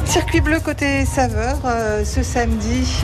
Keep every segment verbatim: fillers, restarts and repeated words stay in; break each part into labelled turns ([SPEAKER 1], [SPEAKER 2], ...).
[SPEAKER 1] Circuit bleu côté saveur, euh, ce samedi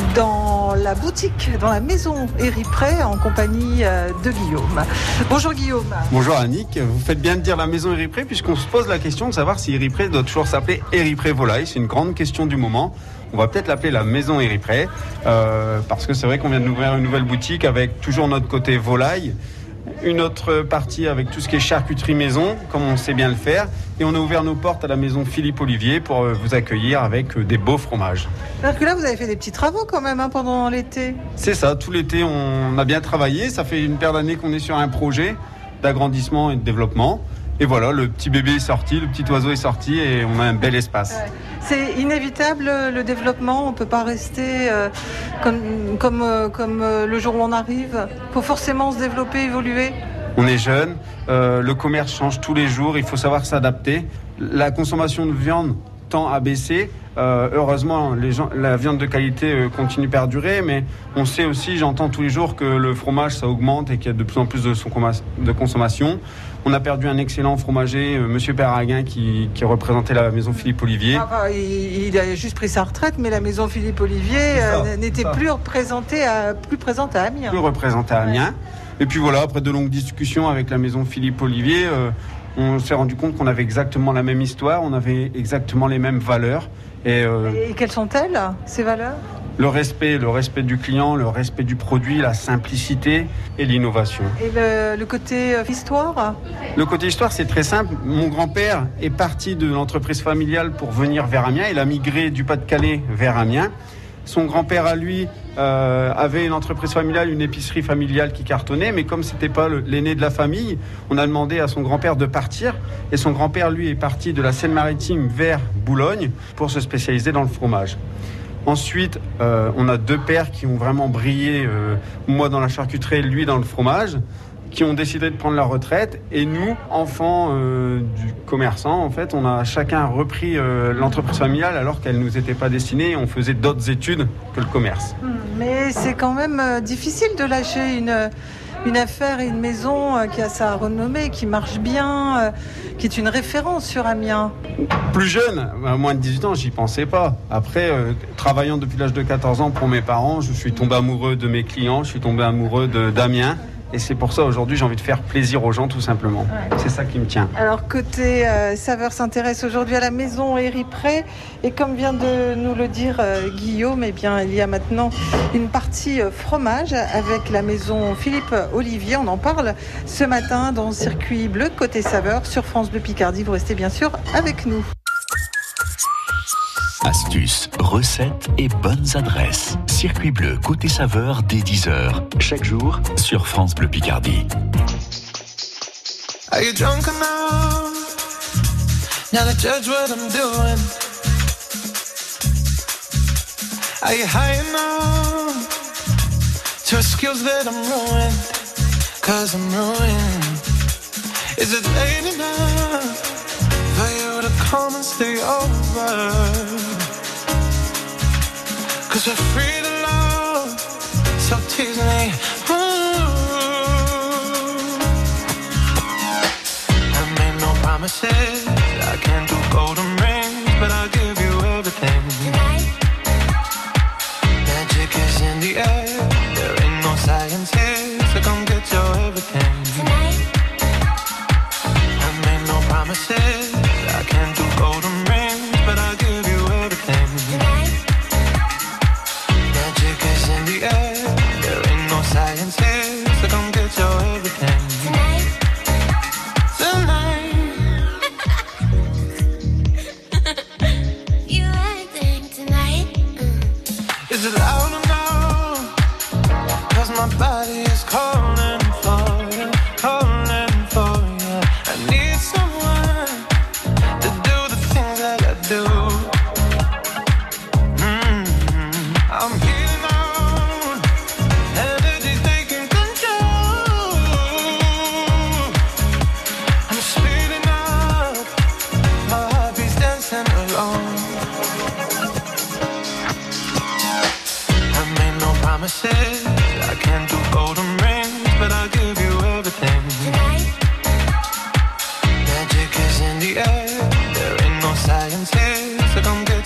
[SPEAKER 1] dans la boutique, dans la maison Héripré en compagnie euh, de Guillaume. Bonjour Guillaume.
[SPEAKER 2] Bonjour Annick, vous faites bien de dire la maison Héripré puisqu'on se pose la question de savoir si Héripré doit toujours s'appeler Héripré Volaille. C'est une grande question du moment. On va peut-être l'appeler la maison Héripré euh, parce que c'est vrai qu'on vient d'ouvrir une nouvelle boutique avec toujours notre côté volaille. Une autre partie avec tout ce qui est charcuterie maison, comme on sait bien le faire. Et on a ouvert nos portes à la maison Philippe Olivier pour vous accueillir avec des beaux fromages.
[SPEAKER 1] Alors que là, vous avez fait des petits travaux quand même hein, pendant l'été.
[SPEAKER 2] C'est ça, tout l'été, on a bien travaillé. Ça fait une paire d'années qu'on est sur un projet d'agrandissement et de développement. Et voilà, le petit bébé est sorti, le petit oiseau est sorti et on a un bel espace.
[SPEAKER 1] Ouais. C'est inévitable le développement, on ne peut pas rester euh, comme, comme, euh, comme euh, le jour où on arrive. Il faut forcément se développer, évoluer.
[SPEAKER 2] On est jeune, euh, le commerce change tous les jours, il faut savoir s'adapter. La consommation de viande tend à baisser. Euh, heureusement, les gens, la viande de qualité euh, continue à perdurer, mais on sait aussi, j'entends tous les jours que le fromage, ça augmente et qu'il y a de plus en plus de, son, de consommation. On a perdu un excellent fromager, euh, Monsieur Perraguin, qui, qui représentait la maison Philippe Olivier.
[SPEAKER 1] Ah bah, il, il a juste pris sa retraite, mais la maison Philippe Olivier euh, n'était plus représentée, à, plus présente à Amiens.
[SPEAKER 2] Plus représentée à Amiens. Ouais. Et puis voilà, après de longues discussions avec la maison Philippe Olivier, euh, on s'est rendu compte qu'on avait exactement la même histoire, on avait exactement les mêmes valeurs.
[SPEAKER 1] Et, euh, et quelles sont-elles, ces valeurs ?
[SPEAKER 2] Le respect, le respect du client, le respect du produit, la simplicité et l'innovation.
[SPEAKER 1] Et le, le côté euh, histoire ?
[SPEAKER 2] Le côté histoire, c'est très simple. Mon grand-père est parti de l'entreprise familiale pour venir vers Amiens. Il a migré du Pas-de-Calais vers Amiens. Son grand-père, à lui, euh, avait une entreprise familiale, une épicerie familiale qui cartonnait. Mais comme ce n'était pas le, l'aîné de la famille, on a demandé à son grand-père de partir. Et son grand-père, lui, est parti de la Seine-Maritime vers Boulogne pour se spécialiser dans le fromage. Ensuite, euh, on a deux pères qui ont vraiment brillé, euh, moi dans la charcuterie, lui dans le fromage, qui ont décidé de prendre leur retraite. Et nous, enfants euh, du commerçant, en fait, on a chacun repris euh, l'entreprise familiale alors qu'elle ne nous était pas destinée et on faisait d'autres études que le commerce.
[SPEAKER 1] Mais c'est quand même euh, difficile de lâcher une... Une affaire et une maison qui a sa renommée, qui marche bien, qui est une référence sur Amiens.
[SPEAKER 2] Plus jeune, à moins de dix-huit ans, j'y pensais pas. Après, euh, travaillant depuis l'âge de quatorze ans pour mes parents, je suis tombé amoureux de mes clients, je suis tombé amoureux de, d'Amiens. Et c'est pour ça, aujourd'hui, j'ai envie de faire plaisir aux gens, tout simplement. Ouais. C'est ça qui me tient.
[SPEAKER 1] Alors, côté euh, saveur s'intéresse aujourd'hui à la maison Héripré. Et comme vient de nous le dire euh, Guillaume, eh bien, il y a maintenant une partie euh, fromage avec la maison Philippe Olivier. On en parle ce matin dans Circuit bleu, côté saveur, sur France Bleu Picardie. Vous restez bien sûr avec nous.
[SPEAKER 3] Astuces, recettes et bonnes adresses. Circuit bleu côté saveur dès dix heures. Chaque jour sur France Bleu Picardie.
[SPEAKER 4] Are you drunk enough now to judge what I'm doing? Are you high enough to excuse that I'm ruined? Cause I'm ruined. Is it late enough for you to come and stay over? Cause we're free to love, so tease me. Ooh. I made no promises, I can't do golden rings, but I'll give you everything. Tonight. Magic is in the air, there ain't no science here, so come get your everything. Tonight. I made no promises, I can't do golden rings, but I'll give you everything. Tonight. Magic is in the air, there ain't no science here, so come get your everything. Tonight. Tonight. You acting tonight. Mm. Is it loud enough? Cause my body is calling for you, calling for you. I need someone to do the things that I do. Mm-hmm. I'm healing on, energy's taking control. I'm speeding up, my heartbeat's dancing alone. I made no promises, I can't do golden rings, but I'll give you everything. Tonight. Magic is in the air, there ain't no science here, so come get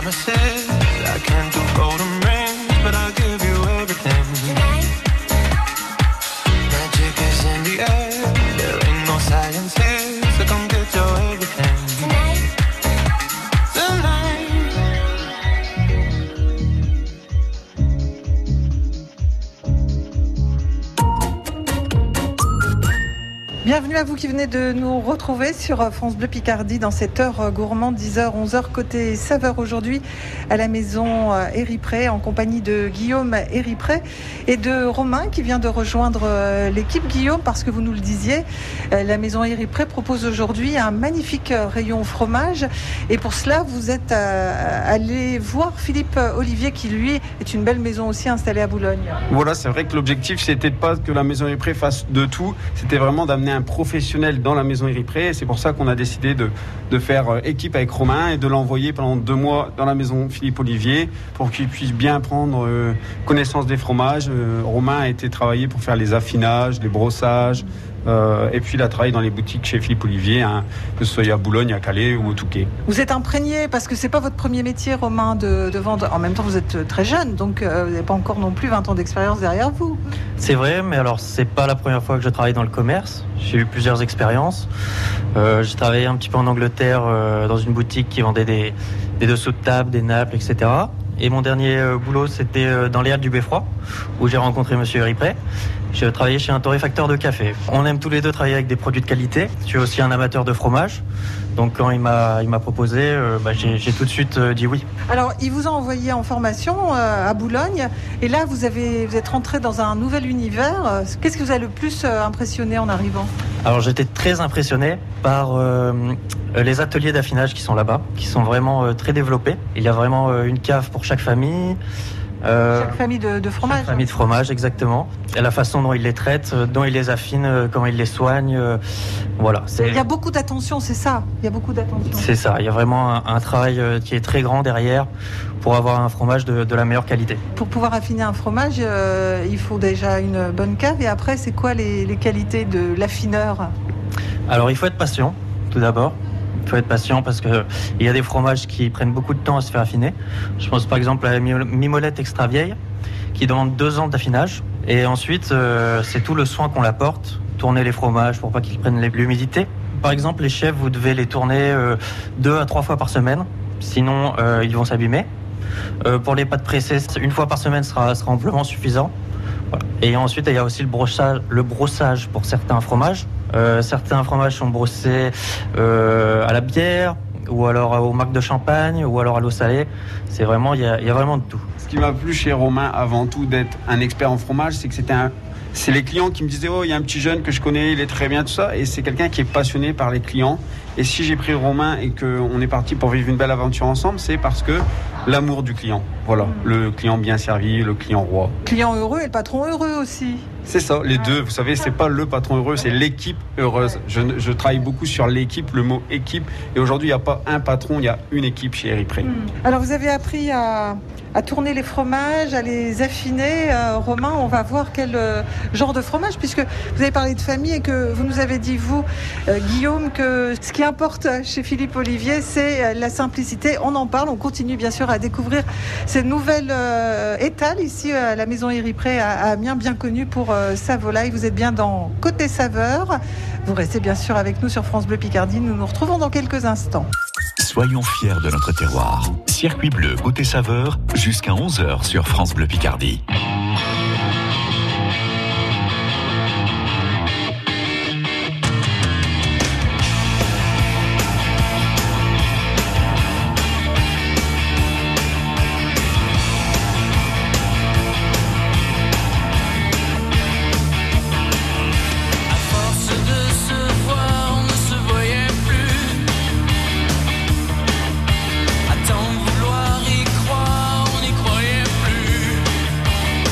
[SPEAKER 4] promises. I can't do golden rings, but I'll give you everything. Tonight. Magic is in the air. There ain't no science here, so come get your everything. Tonight. Tonight.
[SPEAKER 1] Bienvenue à vous qui venez de nous retrouver sur France Bleu Picardie dans cette heure gourmande, dix heures, onze heures côté saveur aujourd'hui à la maison Héripré en compagnie de Guillaume Héripré et de Romain qui vient de rejoindre l'équipe. Guillaume, parce que vous nous le disiez, la maison Héripré propose aujourd'hui un magnifique rayon fromage et pour cela vous êtes allé voir Philippe Olivier qui lui est une belle maison aussi installée à Boulogne.
[SPEAKER 2] Voilà, c'est vrai que l'objectif c'était pas que la maison Héripré fasse de tout, c'était vraiment d'amener un professionnel dans la maison Héripré et c'est pour ça qu'on a décidé de, de faire équipe avec Romain et de l'envoyer pendant deux mois dans la maison Philippe Olivier pour qu'il puisse bien prendre euh, connaissance des fromages. Euh, Romain a été travaillé pour faire les affinages, les brossages euh, et puis il a travaillé dans les boutiques chez Philippe Olivier, hein, que ce soit à Boulogne, à Calais ou au Touquet.
[SPEAKER 1] Vous êtes imprégné parce que c'est pas votre premier métier, Romain, de, de vendre. En même temps, vous êtes très jeune, donc euh, vous n'avez pas encore non plus vingt ans d'expérience derrière vous.
[SPEAKER 5] C'est vrai, mais alors c'est pas la première fois que je travaille dans le commerce. J'ai eu plusieurs expériences. Euh, j'ai travaillé un petit peu en Angleterre euh, dans une boutique qui vendait des, des dessous de table, des nappes, et cetera. Et mon dernier euh, boulot, c'était euh, dans les Halles du Beffroi, où j'ai rencontré Monsieur Héripré. J'ai travaillé chez un torréfacteur de café. On aime tous les deux travailler avec des produits de qualité. Je suis aussi un amateur de fromage. Donc quand il m'a, il m'a proposé, euh, bah, j'ai, j'ai tout de suite euh, dit oui.
[SPEAKER 1] Alors, il vous a envoyé en formation euh, à Boulogne. Et là, vous, avez, vous êtes rentré dans un nouvel univers. Qu'est-ce qui vous a le plus euh, impressionné en arrivant ?
[SPEAKER 5] Alors j'étais très impressionné par euh, les ateliers d'affinage qui sont là-bas, qui sont vraiment euh, très développés. Il y a vraiment euh, une cave pour chaque famille.
[SPEAKER 1] Euh, chaque famille de, de fromage.
[SPEAKER 5] Chaque famille de fromage, exactement. Et la façon dont ils les traitent, dont ils les affinent, comment ils les soignent. Euh, voilà. C'est...
[SPEAKER 1] Il y a beaucoup d'attention, c'est ça. Il y a beaucoup d'attention.
[SPEAKER 5] C'est ça. Il y a vraiment un, un travail qui est très grand derrière pour avoir un fromage de, de la meilleure qualité.
[SPEAKER 1] Pour pouvoir affiner un fromage, euh, il faut déjà une bonne cave. Et après, c'est quoi les, les qualités de l'affineur ?
[SPEAKER 5] Alors, il faut être patient, tout d'abord. Il faut être patient parce qu'il y a des fromages qui prennent beaucoup de temps à se faire affiner. Je pense par exemple à la mimolette extra vieille qui demande deux ans d'affinage. Et ensuite, euh, c'est tout le soin qu'on l'apporte. Tourner les fromages pour pas qu'ils prennent l'humidité. Par exemple, les chèvres, vous devez les tourner euh, deux à trois fois par semaine. Sinon, euh, ils vont s'abîmer. Euh, pour les pâtes pressées, une fois par semaine sera, sera amplement suffisant. Voilà. Et ensuite, il y a aussi le brossage, le brossage pour certains fromages. Euh, certains fromages sont brossés euh, à la bière, ou alors au marc de champagne, ou alors à l'eau salée. C'est vraiment, il y a, il y a vraiment de tout.
[SPEAKER 2] Ce qui m'a plu chez Romain, avant tout, d'être un expert en fromage, c'est que c'était un... C'est les clients qui me disaient « Oh, il y a un petit jeune que je connais, il est très bien, tout ça. » Et c'est quelqu'un qui est passionné par les clients. Et si j'ai pris Romain et qu'on est parti pour vivre une belle aventure ensemble, c'est parce que l'amour du client. Voilà, mmh. Le client bien servi, le client roi.
[SPEAKER 1] Client heureux et le patron heureux aussi.
[SPEAKER 2] C'est ça, les deux. Vous savez, c'est pas le patron heureux, c'est l'équipe heureuse. Je, je travaille beaucoup sur l'équipe, le mot équipe. Et aujourd'hui, il n'y a pas un patron, il y a une équipe chez Héripré. Mmh.
[SPEAKER 1] Alors, vous avez appris à... à tourner les fromages, à les affiner. Euh, Romain, on va voir quel euh, genre de fromage, puisque vous avez parlé de famille et que vous nous avez dit, vous, euh, Guillaume, que ce qui importe chez Philippe Olivier, c'est euh, la simplicité. On en parle, on continue bien sûr à découvrir ces nouvelles euh, étals ici à la maison Héripré à, à Amiens, bien connue pour euh, sa volaille. Vous êtes bien dans Côté Saveur. Vous restez bien sûr avec nous sur France Bleu Picardie. Nous nous retrouvons dans quelques instants.
[SPEAKER 3] Soyons fiers de notre terroir. Circuit bleu Côté Saveur, jusqu'à onze heures sur France Bleu Picardie.
[SPEAKER 4] Vouloir y croire, on n'y croyait plus.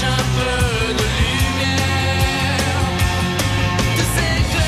[SPEAKER 4] un peu de lumière, de s'éclairer.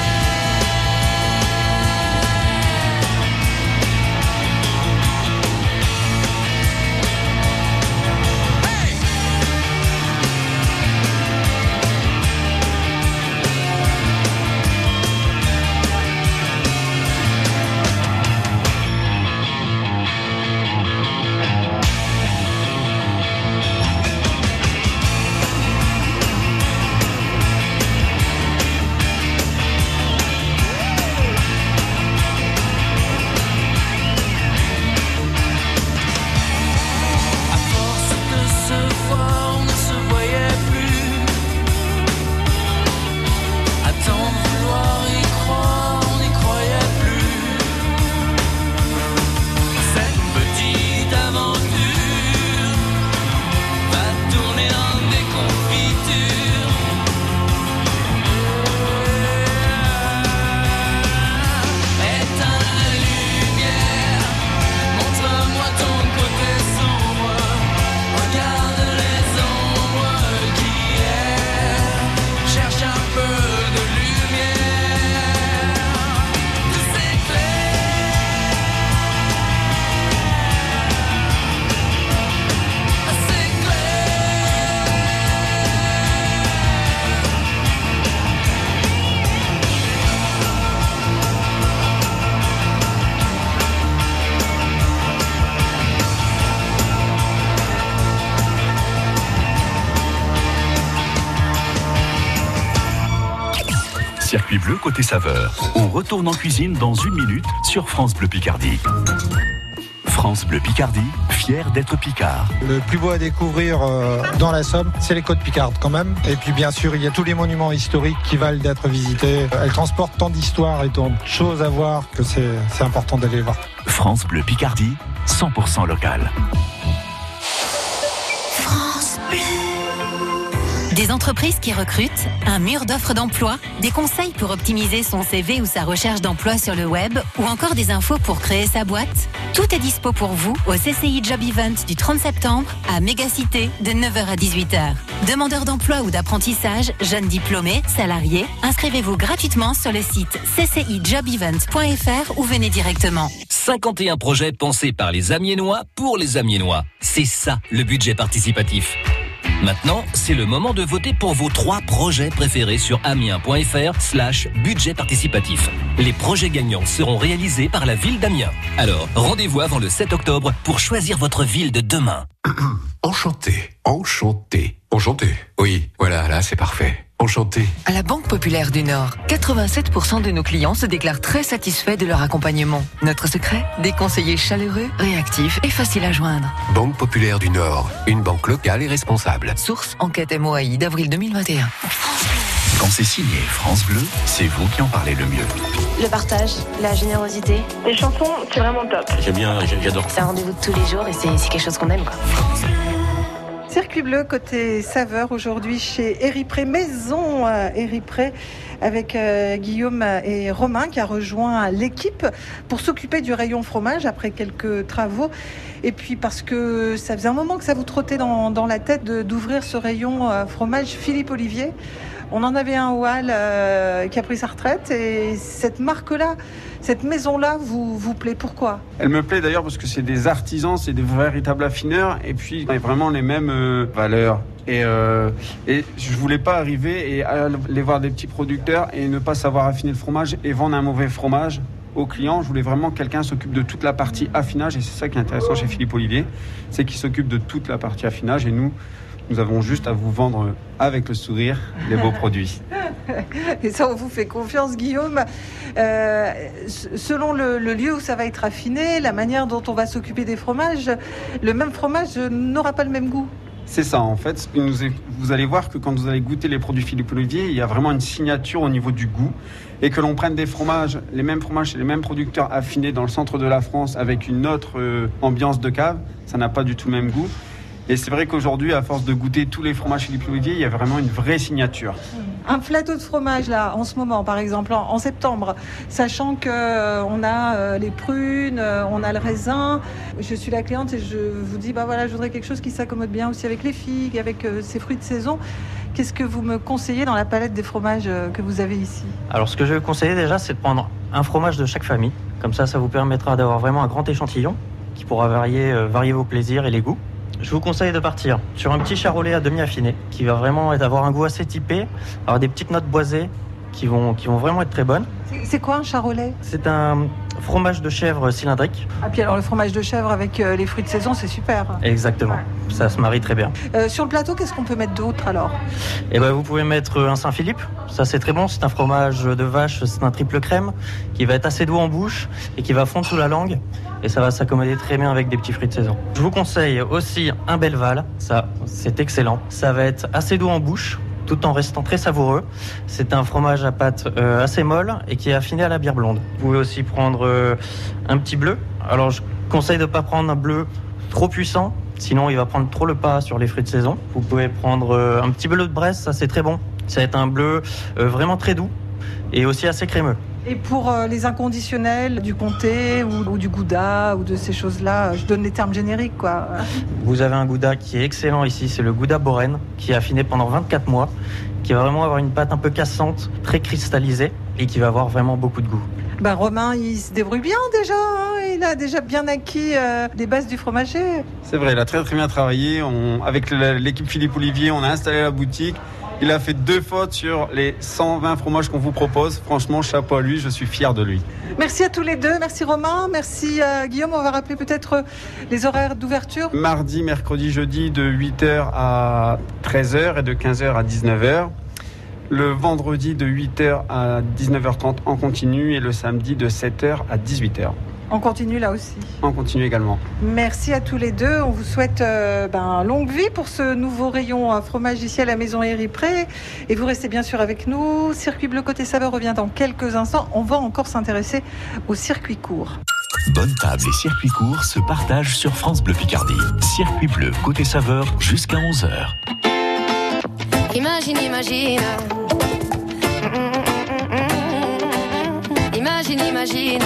[SPEAKER 3] Circuit bleu côté saveur. On retourne en cuisine dans une minute sur France Bleu Picardie. France Bleu Picardie, fier d'être Picard.
[SPEAKER 6] Le plus beau à découvrir euh, dans la Somme, c'est les côtes picardes quand même. Et puis bien sûr, il y a tous les monuments historiques qui valent d'être visités. Elles transportent tant d'histoires et tant de choses à voir que c'est, c'est important d'aller les voir.
[SPEAKER 3] France Bleu Picardie, cent pour cent local.
[SPEAKER 7] France Bleu. Des entreprises qui recrutent, un mur d'offres d'emploi, des conseils pour optimiser son C V ou sa recherche d'emploi sur le web, ou encore des infos pour créer sa boîte. Tout est dispo pour vous au C C I Job Event du trente septembre à Mégacité de neuf heures à dix-huit heures. Demandeurs d'emploi ou d'apprentissage, jeunes diplômés, salariés, inscrivez-vous gratuitement sur le site c c i job event point f r ou venez directement.
[SPEAKER 8] cinquante et un projets pensés par les Amiénois pour les Amiénois. C'est ça le budget participatif. Maintenant, c'est le moment de voter pour vos trois projets préférés sur amiens.fr slash budget participatif. Les projets gagnants seront réalisés par la ville d'Amiens. Alors, rendez-vous avant le sept octobre pour choisir votre ville de demain.
[SPEAKER 9] Enchanté, enchanté, enchanté. Oui, voilà, là c'est parfait. Enchanté.
[SPEAKER 10] À la Banque Populaire du Nord, quatre-vingt-sept pour cent de nos clients se déclarent très satisfaits de leur accompagnement. Notre secret ? Des conseillers chaleureux, réactifs et faciles à joindre.
[SPEAKER 9] Banque Populaire du Nord, une banque locale et responsable.
[SPEAKER 10] Source enquête M O A I d'avril deux mille vingt et un.
[SPEAKER 3] Quand c'est signé France Bleu, c'est vous qui en parlez le mieux.
[SPEAKER 11] Le partage, la générosité.
[SPEAKER 12] Les chansons, c'est vraiment top.
[SPEAKER 13] J'aime bien, j'adore.
[SPEAKER 11] C'est un rendez-vous de tous les jours et c'est, c'est quelque chose qu'on aime, quoi.
[SPEAKER 1] Circuit bleu côté saveur aujourd'hui chez Eripré, maison euh, Eripré, avec euh, Guillaume et Romain qui a rejoint l'équipe pour s'occuper du rayon fromage après quelques travaux. Et puis parce que ça faisait un moment que ça vous trottait dans, dans la tête de, d'ouvrir ce rayon euh, fromage Philippe Olivier. On en avait un au Halles euh, qui a pris sa retraite et cette marque-là, cette maison-là vous, vous plaît. Pourquoi ?
[SPEAKER 2] Elle me plaît d'ailleurs parce que c'est des artisans, c'est des véritables affineurs et puis on a vraiment les mêmes euh, valeurs. Et, euh, et je voulais pas arriver et aller voir des petits producteurs et ne pas savoir affiner le fromage et vendre un mauvais fromage aux clients. Je voulais vraiment que quelqu'un s'occupe de toute la partie affinage et c'est ça qui est intéressant chez Philippe Olivier, c'est qu'il s'occupe de toute la partie affinage et nous, nous avons juste à vous vendre avec le sourire les beaux produits.
[SPEAKER 1] Et ça, on vous fait confiance, Guillaume. Euh, selon le, le lieu où ça va être affiné, la manière dont on va s'occuper des fromages, le même fromage n'aura pas le même goût.
[SPEAKER 2] C'est ça, en fait. Ce que nous, vous allez voir que quand vous allez goûter les produits Philippe Olivier, il y a vraiment une signature au niveau du goût. Et que l'on prenne des fromages, les mêmes fromages chez les mêmes producteurs affinés dans le centre de la France avec une autre euh, ambiance de cave, ça n'a pas du tout le même goût. Et c'est vrai qu'aujourd'hui, à force de goûter tous les fromages Philippe Olivier, il y a vraiment une vraie signature.
[SPEAKER 1] Un plateau de fromage là, en ce moment, par exemple, en, en septembre, sachant que euh, on a euh, les prunes, euh, on a le raisin. Je suis la cliente et je vous dis, bah voilà, je voudrais quelque chose qui s'accommode bien aussi avec les figues, avec euh, ces fruits de saison. Qu'est-ce que vous me conseillez dans la palette des fromages euh, que vous avez ici?
[SPEAKER 5] Alors, ce que je vais vous conseiller déjà, c'est de prendre un fromage de chaque famille. Comme ça, ça vous permettra d'avoir vraiment un grand échantillon qui pourra varier, euh, varier vos plaisirs et les goûts. Je vous conseille de partir sur un petit charolais à demi affiné qui va vraiment avoir un goût assez typé, avoir des petites notes boisées qui vont, qui vont vraiment être très bonnes.
[SPEAKER 1] C'est, c'est quoi un charolais?
[SPEAKER 5] C'est un fromage de chèvre cylindrique.
[SPEAKER 1] Ah puis alors le fromage de chèvre avec euh, les fruits de saison, c'est super.
[SPEAKER 5] Exactement, ouais. Ça se marie très bien.
[SPEAKER 1] Euh, sur le plateau, qu'est-ce qu'on peut mettre d'autre alors?
[SPEAKER 5] Eh ben, vous pouvez mettre un Saint-Philippe, ça c'est très bon, c'est un fromage de vache, c'est un triple crème qui va être assez doux en bouche et qui va fondre sous la langue. Et ça va s'accommoder très bien avec des petits fruits de saison. Je vous conseille aussi un Belleval, ça c'est excellent. Ça va être assez doux en bouche, tout en restant très savoureux. C'est un fromage à pâte euh, assez molle et qui est affiné à la bière blonde. Vous pouvez aussi prendre euh, un petit bleu. Alors je conseille de ne pas prendre un bleu trop puissant, sinon il va prendre trop le pas sur les fruits de saison. Vous pouvez prendre euh, un petit bleu de Bresse, ça c'est très bon. Ça va être un bleu euh, vraiment très doux et aussi assez crémeux.
[SPEAKER 1] Et pour euh, les inconditionnels du comté ou, ou du gouda ou de ces choses-là, je donne les termes génériques, quoi.
[SPEAKER 5] Vous avez un gouda qui est excellent ici, c'est le gouda Boren, qui est affiné pendant vingt-quatre mois, qui va vraiment avoir une pâte un peu cassante, très cristallisée et qui va avoir vraiment beaucoup de goût.
[SPEAKER 1] Ben Romain, il se débrouille bien déjà, hein, il a déjà bien acquis euh, les bases du fromager.
[SPEAKER 2] C'est vrai, il a très très bien travaillé. On, avec l'équipe Philippe Olivier, on a installé la boutique. Il a fait deux fautes sur les cent vingt fromages qu'on vous propose. Franchement, chapeau à lui, je suis fier de lui.
[SPEAKER 1] Merci à tous les deux. Merci Romain, merci euh, Guillaume. On va rappeler peut-être les horaires d'ouverture.
[SPEAKER 2] Mardi, mercredi, jeudi de huit heures à treize heures et de quinze heures à dix-neuf heures. Le vendredi de huit heures à dix-neuf heures trente en continu et le samedi de sept heures à dix-huit heures.
[SPEAKER 1] On continue là aussi.
[SPEAKER 2] On continue également.
[SPEAKER 1] Merci à tous les deux. On vous souhaite euh, ben, longue vie pour ce nouveau rayon euh, fromage ici à la maison Héripré. Et vous restez bien sûr avec nous. Circuit bleu côté saveur revient dans quelques instants. On va encore s'intéresser au circuit court.
[SPEAKER 3] Bonne table et circuit court se partagent sur France Bleu Picardie. Circuit bleu côté saveur jusqu'à onze heures.
[SPEAKER 13] Imagine, imagine. Imagine, imagine.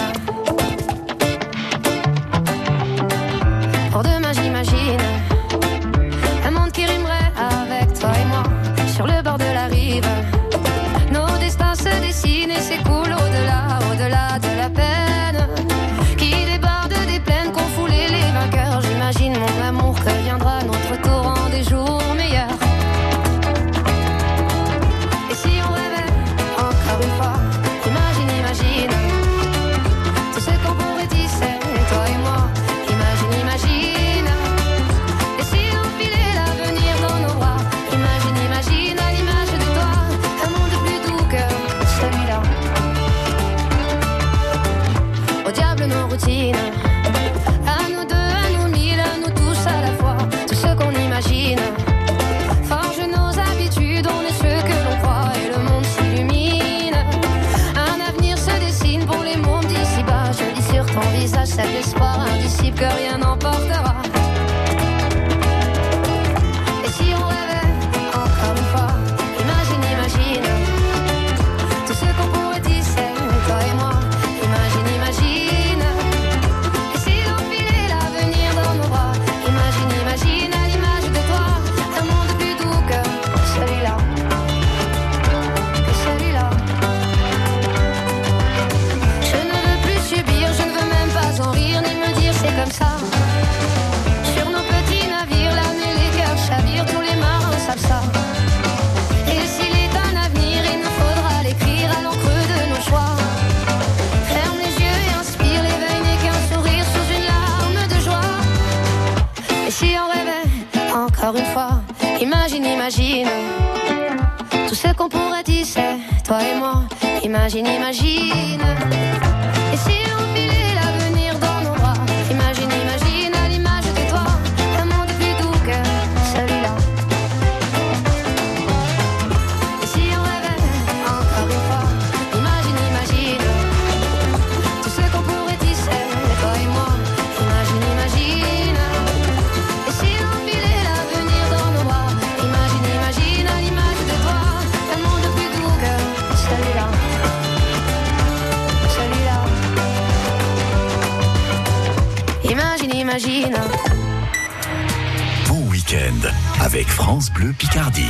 [SPEAKER 13] Pour demain j'imagine un monde qui rimerait avec toi et moi sur le bord de la rive. Nos destins se dessinent et s'écoulent au-delà, au-delà de la peine qui déborde des plaines qu'ont foulé les vainqueurs. J'imagine mon amour que viendra notre torrent des jours meilleurs. Et si on rêvait encore une fois, imagine, imagine tout ce qu'on pourrait tisser, toi et moi. Imagine, imagine. Et si on filait l'avenir dans nos bras, imagine, imagine à l'image de toi, un monde plus doux que celui-là. Au diable nos routines, à nous deux, à nous mille, à nous tous à la fois, tout ce qu'on imagine. Forge nos habitudes, on est ceux que l'on croit et le monde s'illumine. Un avenir se dessine pour les mondes d'ici-bas. Je lis sur ton visage cet espoir indicible que rien n'emportera. Et si on rêvait encore une fois, imagine, imagine tout ce qu'on pourrait tisser, toi et moi. Imagine, imagine. Et si on filait l'avenir dans nos bras, imagine, imagine à l'image de toi, un monde plus doux que celui-là, que celui-là. Je ne veux plus subir, je ne veux même pas en rire, ni me dire c'est comme ça. Sur nos petits navires, l'âme et les cœurs chavirent, tous les marins savent ça. Et s'il est un avenir, il nous faudra l'écrire à l'encre de nos choix. Ferme les yeux et inspire, l'éveil n'est qu'un sourire sous une larme de joie. Et si on rêvait encore une fois, imagine, imagine tout ce qu'on pourrait tisser, toi et moi. Imagine, imagine. Et si on filait l'avenir dans nos bras, imagine, imagine à l'image de toi, un monde plus doux que celui-là. Et si on rêvait encore une fois, imagine, imagine tout ce qu'on pourrait tisser, toi et moi. Imagine, imagine. Et si on filait l'avenir j'imagine.
[SPEAKER 3] Bon week-end avec France Bleu Picardie.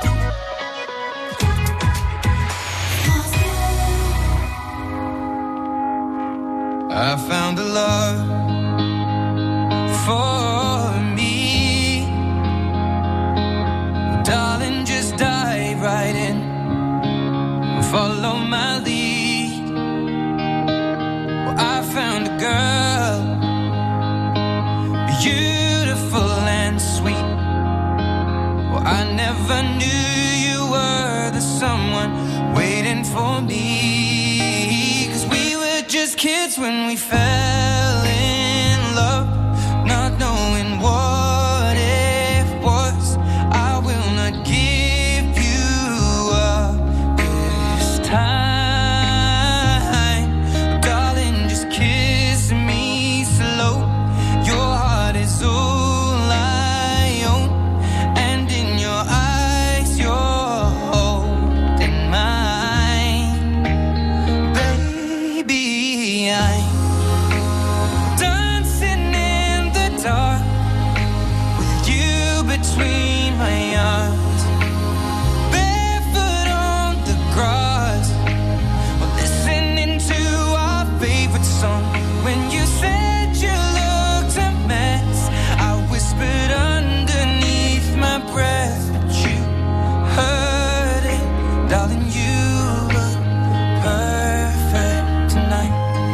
[SPEAKER 4] I found a love for me. Darling, just dive right in. Follow my lead. Well, I found a girl, beautiful and sweet. Well, I never knew you were the someone waiting for me. 'Cause we were just kids when we fell in love, not knowing what it was. I will not give you up this time, darling, just kiss me slow. Your heart is all I own, and in your eyes you're holding mine. Baby, I'm dancing in the dark with you between my arms, barefoot on the grass, listening to our favorite song. When you said you looked a mess, I whispered underneath my breath, but you heard it, darling. You look perfect tonight.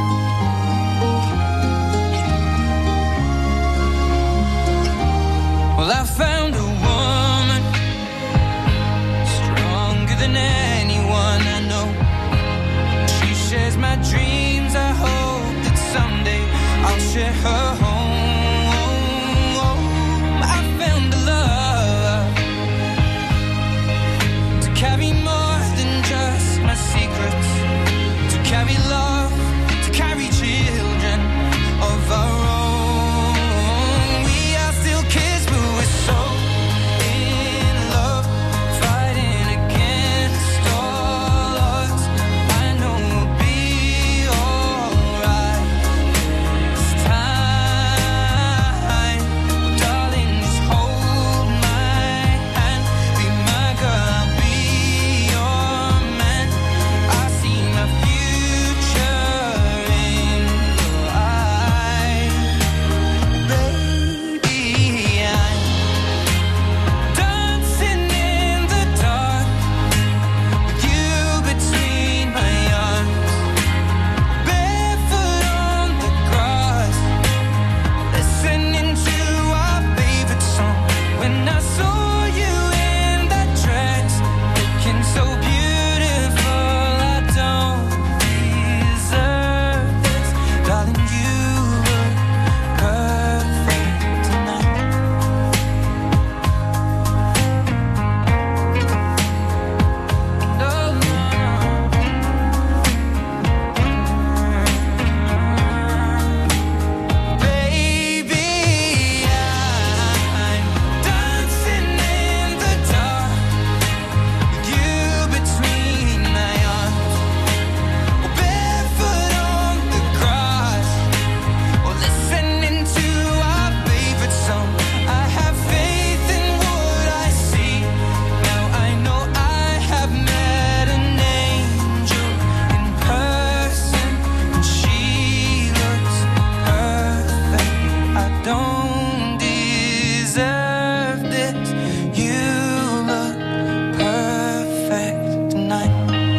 [SPEAKER 4] Well, I found a woman stronger than anyone I know. She shares my dreams. I hope that someday I'll share her home. I found a love to carry more than just my secrets, to carry love, to carry children of our own. We are still kids, but we're so in love, fighting against all odds. I know we'll be alright this time. Darling, just hold my hand, be my girl, I'll be your man. I see my future in your eyes. Baby, I'm dancing in the dark with you between my arms, barefoot on the grass, listening to our favorite song. When I saw you in that dress, looking so beautiful, I don't deserve this, darling. You look perfect tonight. Oh, baby, I'm dancing in the dark with you between my arms, barefoot on the grass, or listening to our favorite song. I have faith in what I see. Now I know I have met an angel in person, and she looks perfect. I don't deserve this. You look perfect tonight.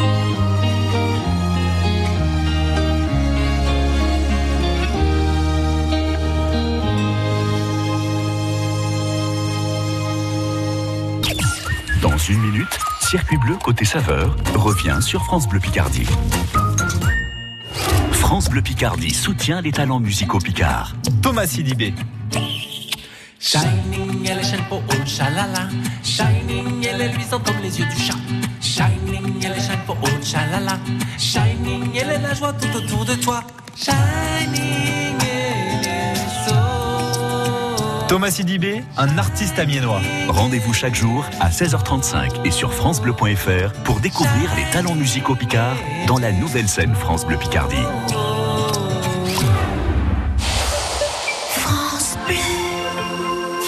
[SPEAKER 3] Dans une minute, Circuit Bleu côté saveur revient sur France Bleu Picardie. France Bleu Picardie soutient les talents musicaux picards.
[SPEAKER 14] Thomas Sidibé.
[SPEAKER 15] Shining, elle est chaîne pour haute, chalala. Shining, elle est luisante comme les yeux du chat. Shining, elle est chaîne pour haute, chalala. Shining, elle est la joie tout autour de toi. Shining, elle est so.
[SPEAKER 14] Thomas Sidibé, un artiste amiénois.
[SPEAKER 3] Rendez-vous chaque jour à seize heures trente-cinq et sur francebleu point f r pour découvrir les talents musicaux picards dans la nouvelle scène France Bleu Picardie.
[SPEAKER 7] France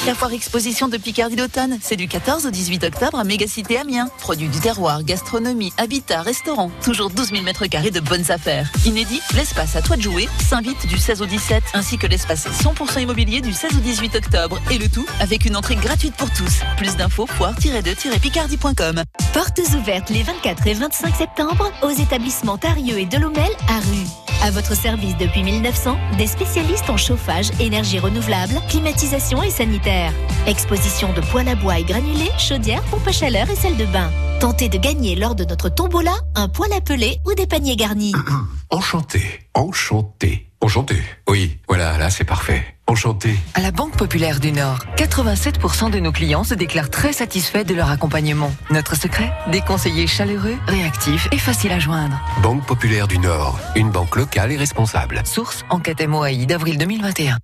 [SPEAKER 16] La foire exposition de Picardie d'automne, c'est du quatorze au dix-huit octobre à Mégacité Amiens. Produits du terroir, gastronomie, habitat, restaurant. Toujours douze mille mètres carrés de bonnes affaires. Inédit, l'espace À toi de jouer s'invite du seize au dix-sept, ainsi que l'espace cent pour cent immobilier du seize au dix-huit octobre. Et le tout avec une entrée gratuite pour tous. Plus d'infos, foire tiret deux tiret picardie point com.
[SPEAKER 17] Portes ouvertes les vingt-quatre et vingt-cinq septembre aux établissements Tarieux et Delomel à Rue. À votre service depuis mille neuf cents, des spécialistes en chauffage, énergie renouvelable, climatisation et sanitaire. Exposition de poêle à bois et granulés, chaudière, pompe à chaleur et salle de bain. Tentez de gagner lors de notre tombola un poêle à peler ou des paniers garnis.
[SPEAKER 9] Enchanté, enchanté, enchanté. Oui, voilà, là c'est parfait. Enchanté.
[SPEAKER 10] À la Banque Populaire du Nord, quatre-vingt-sept pour cent de nos clients se déclarent très satisfaits de leur accompagnement. Notre secret ? Des conseillers chaleureux, réactifs et faciles à joindre.
[SPEAKER 9] Banque Populaire du Nord, une banque locale et responsable.
[SPEAKER 10] Source, enquête M O A I d'avril deux mille vingt et un.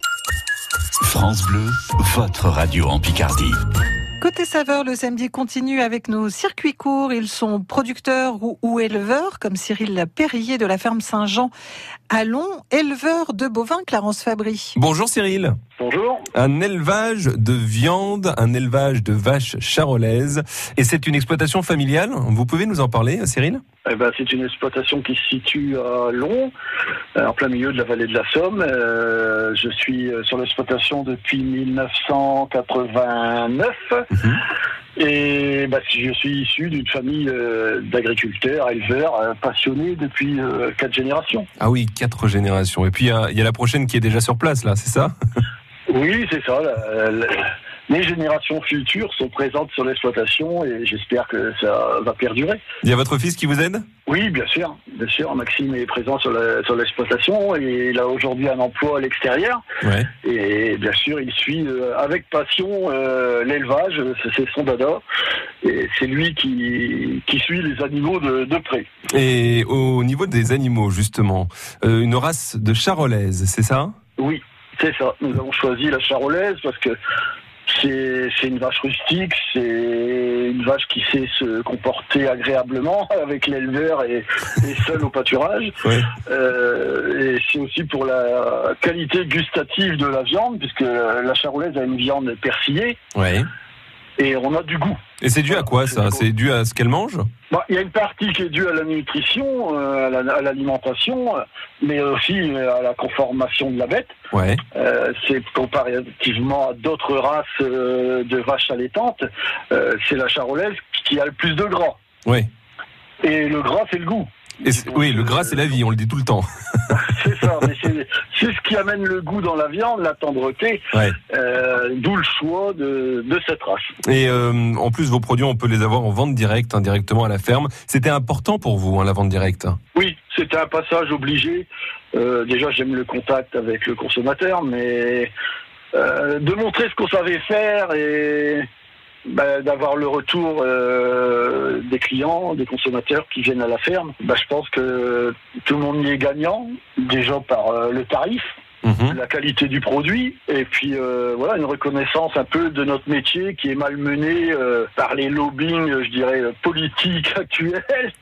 [SPEAKER 3] France Bleu, votre radio en Picardie.
[SPEAKER 1] Côté saveur, le samedi continue avec nos circuits courts. Ils sont producteurs ou, ou éleveurs, comme Cyril Perrier de la ferme Saint-Jean à Long, éleveur de bovins, Clarence Fabry.
[SPEAKER 18] Bonjour Cyril.
[SPEAKER 19] Bonjour.
[SPEAKER 18] Un élevage de viande, un élevage de vaches charolaises. Et c'est une exploitation familiale. Vous pouvez nous en parler, Cyril ?
[SPEAKER 19] Eh ben, c'est une exploitation qui se situe à Long, en plein milieu de la vallée de la Somme. Euh, je suis sur l'exploitation depuis mille neuf cent quatre-vingt-neuf. Mmh. Et bah, je suis issu d'une famille euh, d'agriculteurs, éleveurs, euh, passionnés depuis euh, quatre générations.
[SPEAKER 18] Ah oui, quatre générations. Et puis il y, y a la prochaine qui est déjà sur place, là, c'est ça ?
[SPEAKER 19] Oui, c'est ça. La, la, les générations futures sont présentes sur l'exploitation et j'espère que ça va perdurer.
[SPEAKER 18] Il y a votre fils qui vous aide ?
[SPEAKER 19] Oui, bien sûr. Bien sûr, Maxime est présent sur, la, sur l'exploitation et il a aujourd'hui un emploi à l'extérieur.
[SPEAKER 18] Ouais.
[SPEAKER 19] Et bien sûr, il suit euh, avec passion euh, l'élevage, c'est, c'est son dada. Et c'est lui qui, qui suit les animaux de, de près.
[SPEAKER 18] Et au niveau des animaux, justement, euh, une race de charolaise, c'est ça ?
[SPEAKER 19] Oui, c'est ça. Nous avons choisi la charolaise parce que C'est, c'est une vache rustique, c'est une vache qui sait se comporter agréablement avec l'éleveur et, et seul au pâturage.
[SPEAKER 18] Ouais.
[SPEAKER 19] Euh, et c'est aussi pour la qualité gustative de la viande, puisque la charolaise a une viande persillée.
[SPEAKER 18] Ouais.
[SPEAKER 19] Et on a du goût.
[SPEAKER 18] Et c'est dû à quoi ça ? C'est dû à ce qu'elle mange ?
[SPEAKER 19] Bah, il y a une partie qui est due à la nutrition, euh, à, la, à l'alimentation, mais aussi à la conformation de la bête.
[SPEAKER 18] Ouais.
[SPEAKER 19] Euh, c'est comparativement à d'autres races euh, de vaches allaitantes, euh, c'est la charolaise qui a le plus de gras.
[SPEAKER 18] Ouais.
[SPEAKER 19] Et le gras, c'est le goût.
[SPEAKER 18] Et oui, le gras, c'est la vie, on le dit tout le temps.
[SPEAKER 19] C'est ça, mais c'est, c'est ce qui amène le goût dans la viande, la tendreté,
[SPEAKER 18] ouais.
[SPEAKER 19] euh, d'où le choix de, de cette race.
[SPEAKER 18] Et euh, en plus, vos produits, on peut les avoir en vente directe, hein, directement à la ferme. C'était important pour vous, hein, la vente directe ?
[SPEAKER 19] Oui, c'était un passage obligé. Euh, déjà, j'aime le contact avec le consommateur, mais euh, de montrer ce qu'on savait faire et... Bah, d'avoir le retour euh, des clients, des consommateurs qui viennent à la ferme, bah, je pense que tout le monde y est gagnant, déjà par euh, le tarif, mmh. la qualité du produit, et puis euh, voilà, une reconnaissance un peu de notre métier qui est malmené euh, par les lobbying, je dirais, politiques actuels.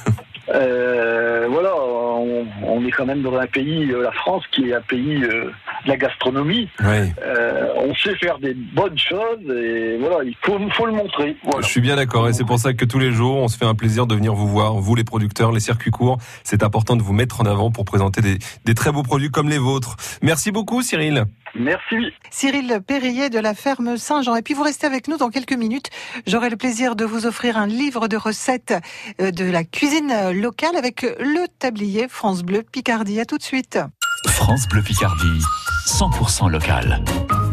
[SPEAKER 19] Euh, voilà, on, on est quand même dans un pays, euh, la France, qui est un pays euh, de la gastronomie.
[SPEAKER 18] Ouais.
[SPEAKER 19] Euh, on sait faire des bonnes choses et voilà, il faut, faut le montrer. Voilà.
[SPEAKER 18] Je suis bien d'accord et c'est pour ça que tous les jours, on se fait un plaisir de venir vous voir, vous les producteurs, les circuits courts. C'est important de vous mettre en avant pour présenter des, des très beaux produits comme les vôtres. Merci beaucoup, Cyril.
[SPEAKER 19] Merci.
[SPEAKER 1] Cyril Perrier de la ferme Saint-Jean. Et puis vous restez avec nous dans quelques minutes. J'aurai le plaisir de vous offrir un livre de recettes de la cuisine locale avec le tablier France Bleu Picardie. À tout de suite.
[SPEAKER 3] France Bleu Picardie, cent pour cent local.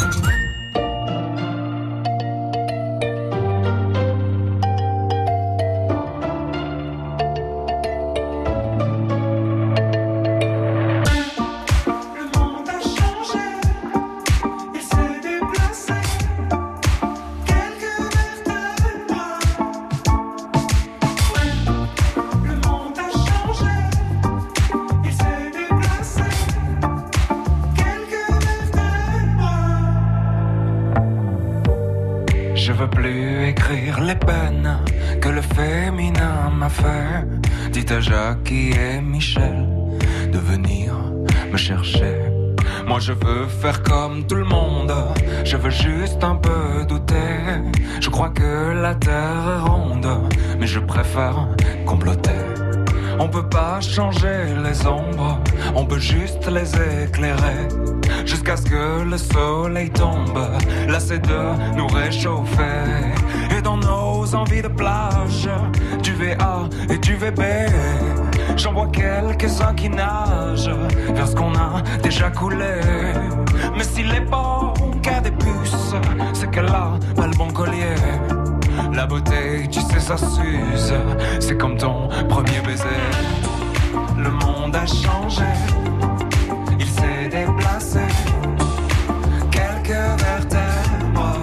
[SPEAKER 15] Je veux plus écrire les peines que le féminin m'a fait. Dites à Jacques et Michel de venir me chercher.
[SPEAKER 20] Moi je veux faire comme tout le monde, je veux juste un peu douter. Je crois que la terre est ronde, mais je préfère comploter. On peut pas changer les ombres, on peut juste les éclairer. Jusqu'à ce que le soleil tombe, lassé de nous réchauffer. Et dans nos envies de plage, du V A et du V B, j'en vois quelques-uns qui nagent vers ce qu'on a déjà coulé. Mais s'il est bon qu'à des puces, c'est qu'elle a pas le bon collier. La beauté, tu sais, ça s'use, c'est comme ton premier baiser. Le monde a changé, il s'est déplacé. Quelques vertèbres.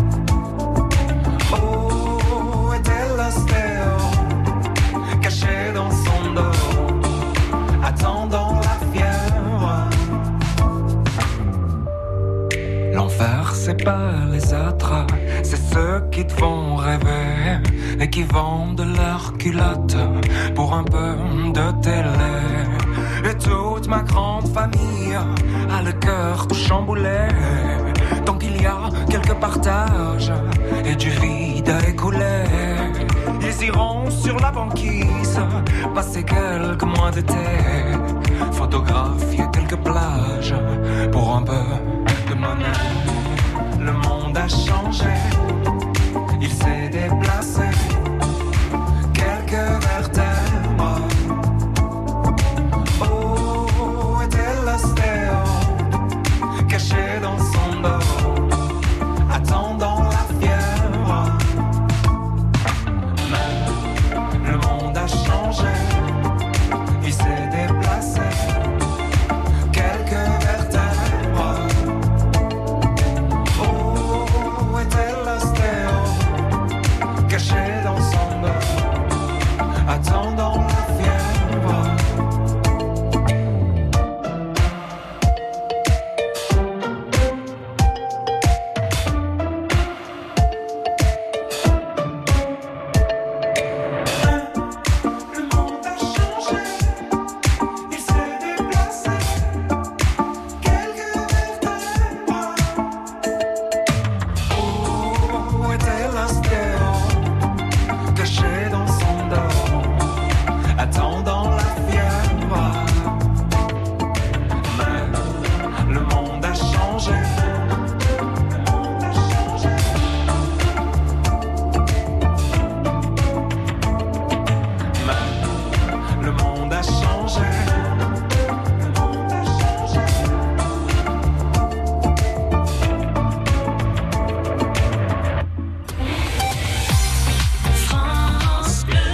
[SPEAKER 20] Oh, était l'ostéo, caché dans son dos, attendant la fièvre. L'enfer, c'est pas les autres, c'est ceux qui te font rêver et qui vendent leurs culottes pour un peu de télé. Et toute ma grande famille a le cœur tout chamboulé. Tant qu'il y a quelques partages et du vide à écouler, ils iront sur la banquise passer quelques mois d'été, photographier quelques plages pour un peu de monnaie. Le monde a changé, il s'est déplacé. Quelques vertèbres. Oh, était l'ostéo, caché dans son dos, attendant la fièvre. Mais le monde a changé, il s'est déplacé. Quelques vertèbres. Oh, était l'ostéo, caché dans son dos, attendant la fièvre. Oh, était l'ostéo, caché dans son dos, attendant la fièvre. Mais le monde a changé. Mais le monde a changé.
[SPEAKER 4] France Bleu.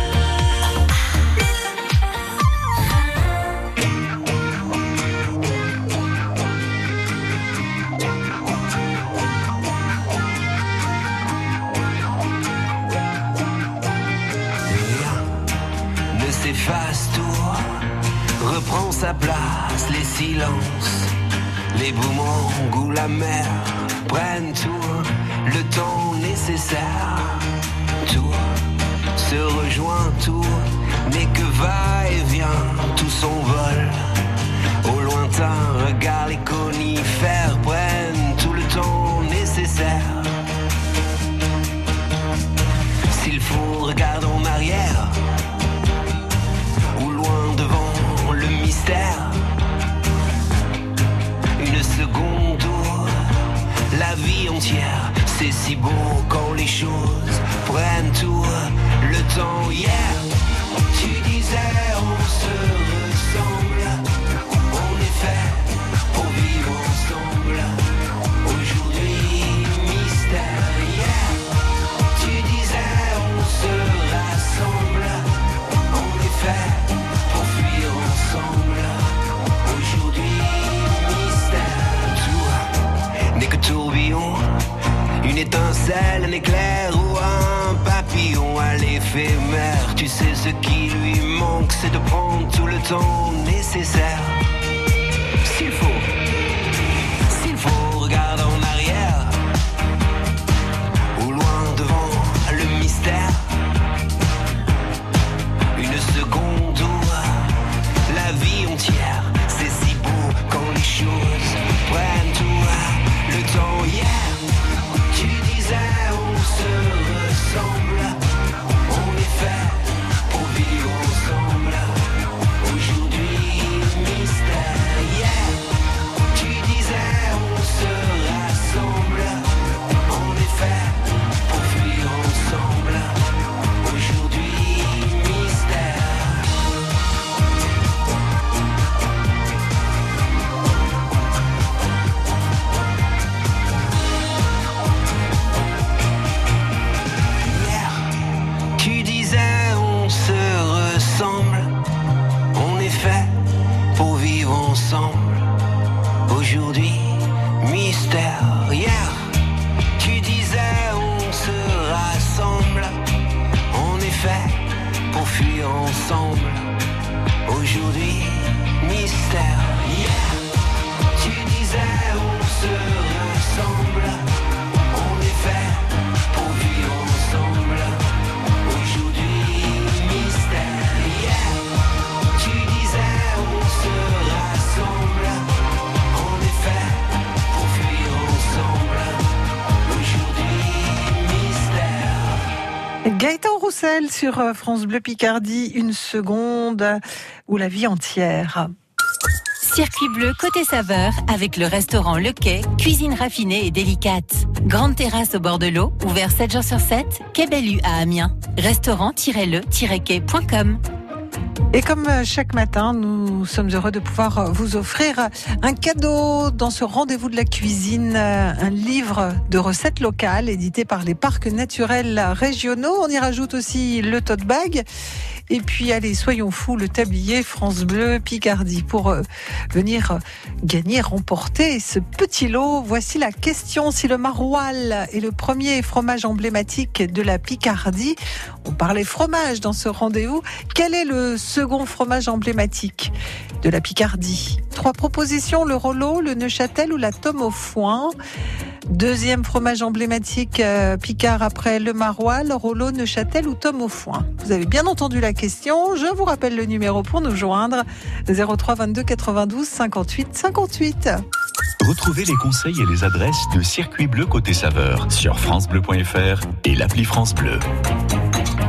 [SPEAKER 15] Rien ne s'efface, tout reprend sa place, les silences, les boomerangs ou la mer prennent tout le temps nécessaire. Tout se rejoint, tout n'est que va-et-vient, tout s'envole. Au lointain, regarde les conifères prennent tout le temps nécessaire. S'il faut, regarde en arrière, ou loin devant le mystère. Une seconde où la vie entière, c'est si beau quand les choses prennent tout le temps. Hier, tu disais on se ressemble, on est fait pour vivre ensemble. Aujourd'hui, mystère. Hier, tu disais on se rassemble, on est fait pour fuir ensemble. Aujourd'hui, mystère. Tout n'est que tourbillon, une étincelle, un éclair ou un papillon à l'éphémère. Tu sais ce qui lui manque, c'est de prendre tout le temps nécessaire. S'il faut, s'il faut, regarde en arrière, ou loin devant le mystère. Une seconde où la vie entière, c'est si beau quand les choses
[SPEAKER 4] Tu disais on se ressemble, on est fait pour vivre ensemble. Aujourd'hui, mystère. Hier, tu disais on se rassemble, on est fait pour fuir ensemble. Aujourd'hui, mystère. Hier, tu disais on se ressemble, on est fait pour vivre ensemble. Aujourd'hui, mystère. Hier, tu disais on se rassemble, on est fait pour fuir ensemble. Aujourd'hui, mystère.
[SPEAKER 1] Gaëtan Roussel sur France Bleu Picardie, une seconde ou la vie entière.
[SPEAKER 7] Circuit bleu côté saveur avec le restaurant Le Quai, cuisine raffinée et délicate. Grande terrasse au bord de l'eau, ouvert sept jours sur sept, Quai Bellu à Amiens. Restaurant-le-quai point com.
[SPEAKER 1] Et comme chaque matin, nous sommes heureux de pouvoir vous offrir un cadeau dans ce rendez-vous de la cuisine, un livre de recettes locales édité par les parcs naturels régionaux. On y rajoute aussi le tote bag. Et puis, allez, soyons fous, le tablier France Bleu Picardie. Pour euh, venir gagner, remporter ce petit lot, voici la question. Si le maroilles est le premier fromage emblématique de la Picardie, on parlait fromage dans ce rendez-vous, quel est le second fromage emblématique de la Picardie? Trois propositions, le Rollo, le Neuchâtel ou la Tome au foin. Deuxième fromage emblématique euh, Picard après le maroilles, Rollo, Neuchâtel ou Tome au foin. Vous avez bien entendu la question. Je vous rappelle le numéro pour nous joindre, zéro trois vingt-deux quatre-vingt-douze cinquante-huit cinquante-huit.
[SPEAKER 3] Retrouvez les conseils et les adresses de Circuit Bleu côté saveur sur francebleu point fr et l'appli France Bleu.